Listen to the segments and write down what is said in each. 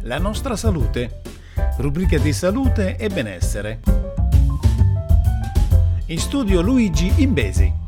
La nostra salute, rubrica di salute e benessere. In studio Luigi Imbesi.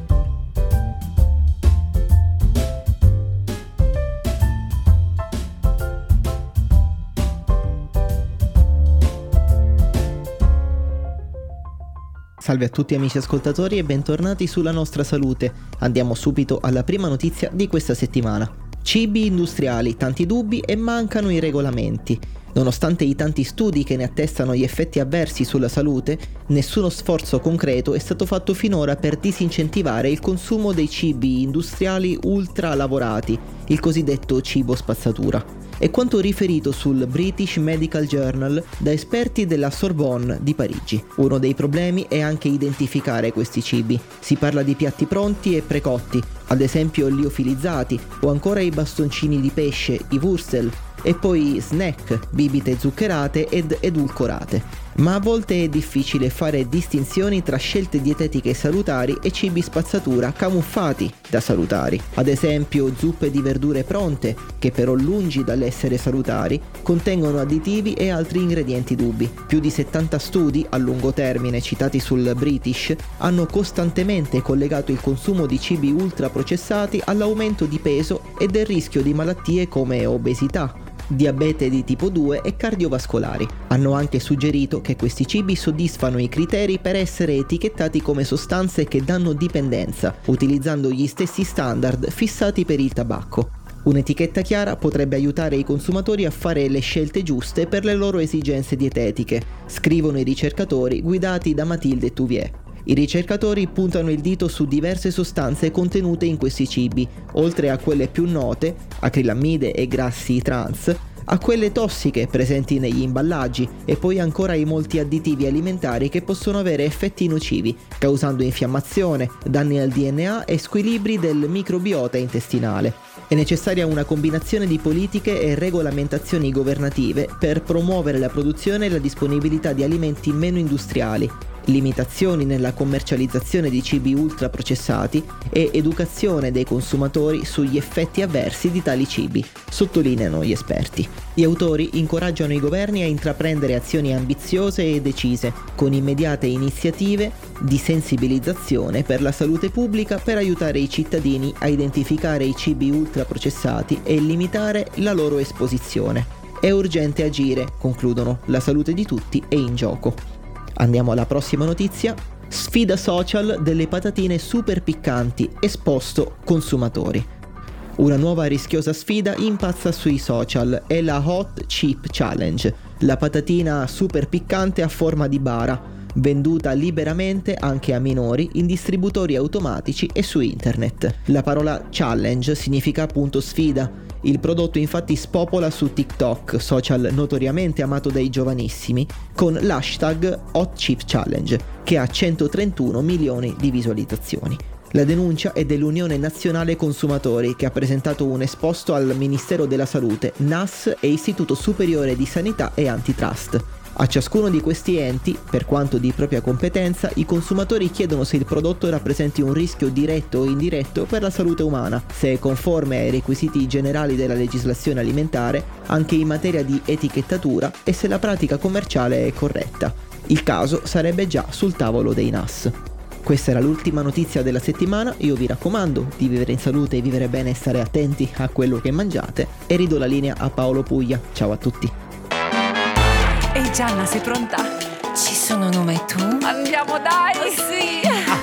Salve a tutti amici ascoltatori e bentornati sulla nostra salute. Andiamo subito alla prima notizia di questa settimana. Cibi industriali, tanti dubbi e mancano i regolamenti. Nonostante i tanti studi che ne attestano gli effetti avversi sulla salute, nessuno sforzo concreto è stato fatto finora per disincentivare il consumo dei cibi industriali ultra lavorati, il cosiddetto cibo spazzatura. È quanto riferito sul British Medical Journal da esperti della Sorbonne di Parigi. Uno dei problemi è anche identificare questi cibi. Si parla di piatti pronti e precotti, ad esempio liofilizzati, o ancora i bastoncini di pesce, i Würstel, e poi snack, bibite zuccherate ed edulcorate. Ma a volte è difficile fare distinzioni tra scelte dietetiche salutari e cibi spazzatura camuffati da salutari. Ad esempio zuppe di verdure pronte, che però lungi dall'essere salutari, contengono additivi e altri ingredienti dubbi. Più di 70 studi a lungo termine citati sul British hanno costantemente collegato il consumo di cibi ultraprocessati all'aumento di peso e del rischio di malattie come obesità, diabete di tipo 2 e cardiovascolari. Hanno anche suggerito che questi cibi soddisfano i criteri per essere etichettati come sostanze che danno dipendenza, utilizzando gli stessi standard fissati per il tabacco. Un'etichetta chiara potrebbe aiutare i consumatori a fare le scelte giuste per le loro esigenze dietetiche, scrivono i ricercatori guidati da Mathilde Touvier. I ricercatori puntano il dito su diverse sostanze contenute in questi cibi, oltre a quelle più note, acrilammide e grassi trans, a quelle tossiche presenti negli imballaggi e poi ancora i molti additivi alimentari che possono avere effetti nocivi, causando infiammazione, danni al DNA e squilibri del microbiota intestinale. È necessaria una combinazione di politiche e regolamentazioni governative per promuovere la produzione e la disponibilità di alimenti meno industriali, limitazioni nella commercializzazione di cibi ultraprocessati e educazione dei consumatori sugli effetti avversi di tali cibi, sottolineano gli esperti. Gli autori incoraggiano i governi a intraprendere azioni ambiziose e decise, con immediate iniziative di sensibilizzazione per la salute pubblica per aiutare i cittadini a identificare i cibi ultraprocessati e limitare la loro esposizione. È urgente agire, concludono, la salute di tutti è in gioco. Andiamo alla prossima notizia. Sfida social delle patatine super piccanti, esposto consumatori. Una nuova rischiosa sfida impazza sui social, è la Hot Chip Challenge, la patatina super piccante a forma di bara, venduta liberamente anche a minori in distributori automatici e su internet. La parola challenge significa appunto sfida. Il prodotto infatti spopola su TikTok, social notoriamente amato dai giovanissimi, con l'hashtag Hot Chip Challenge, che ha 131 milioni di visualizzazioni. La denuncia è dell'Unione Nazionale Consumatori, che ha presentato un esposto al Ministero della Salute, NAS e Istituto Superiore di Sanità e Antitrust. A ciascuno di questi enti, per quanto di propria competenza, i consumatori chiedono se il prodotto rappresenti un rischio diretto o indiretto per la salute umana, se è conforme ai requisiti generali della legislazione alimentare, anche in materia di etichettatura e se la pratica commerciale è corretta. Il caso sarebbe già sul tavolo dei NAS. Questa era l'ultima notizia della settimana, io vi raccomando di vivere in salute, vivere bene e stare attenti a quello che mangiate e ridò la linea a Paolo Puglia. Ciao a tutti. Ehi Gianna, sei pronta? Ci sono nome tu? Andiamo dai! Oh, sì!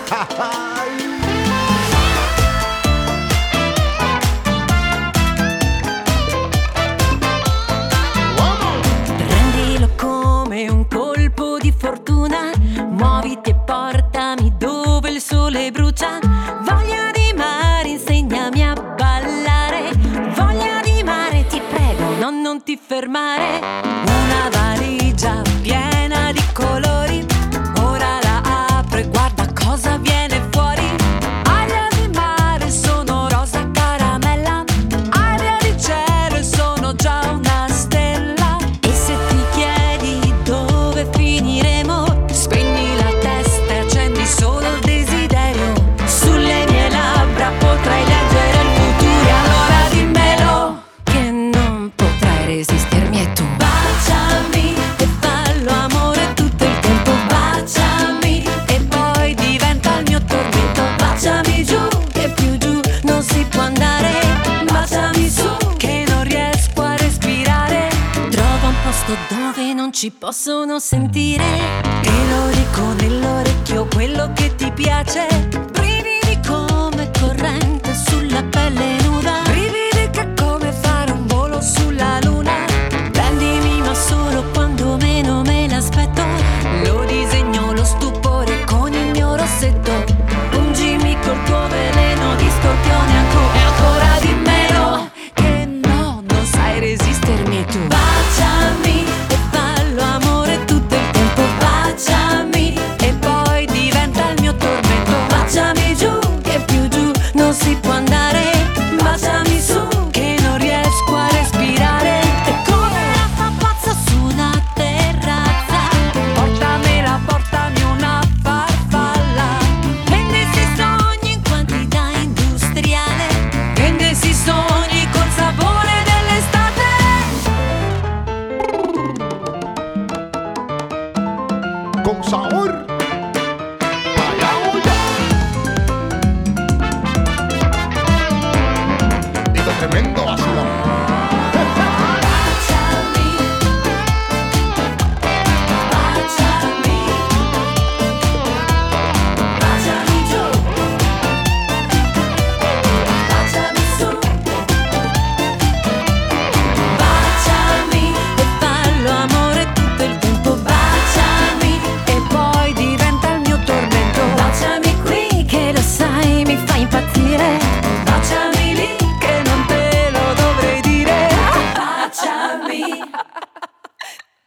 Prendilo come un colpo di fortuna, muoviti e portami dove il sole brucia. Voglia di mare, insegnami a ballare. Voglia di mare, ti prego, non ti fermare. Una valigia piena di colori, ora la apro e guarda cosa viene fuori. Aria di mare, sono rosa caramella. Aria di cielo e sono già una stella. E se ti chiedi dove finiremo, spegni la testa e accendi solo il desiderio. Sulle mie labbra potrai leggere il futuro. E allora dimmelo che non potrai resistermi e ci possono sentire. E lo dico nell'orecchio quello che ti piace. Brividi come corrente sulla pelle.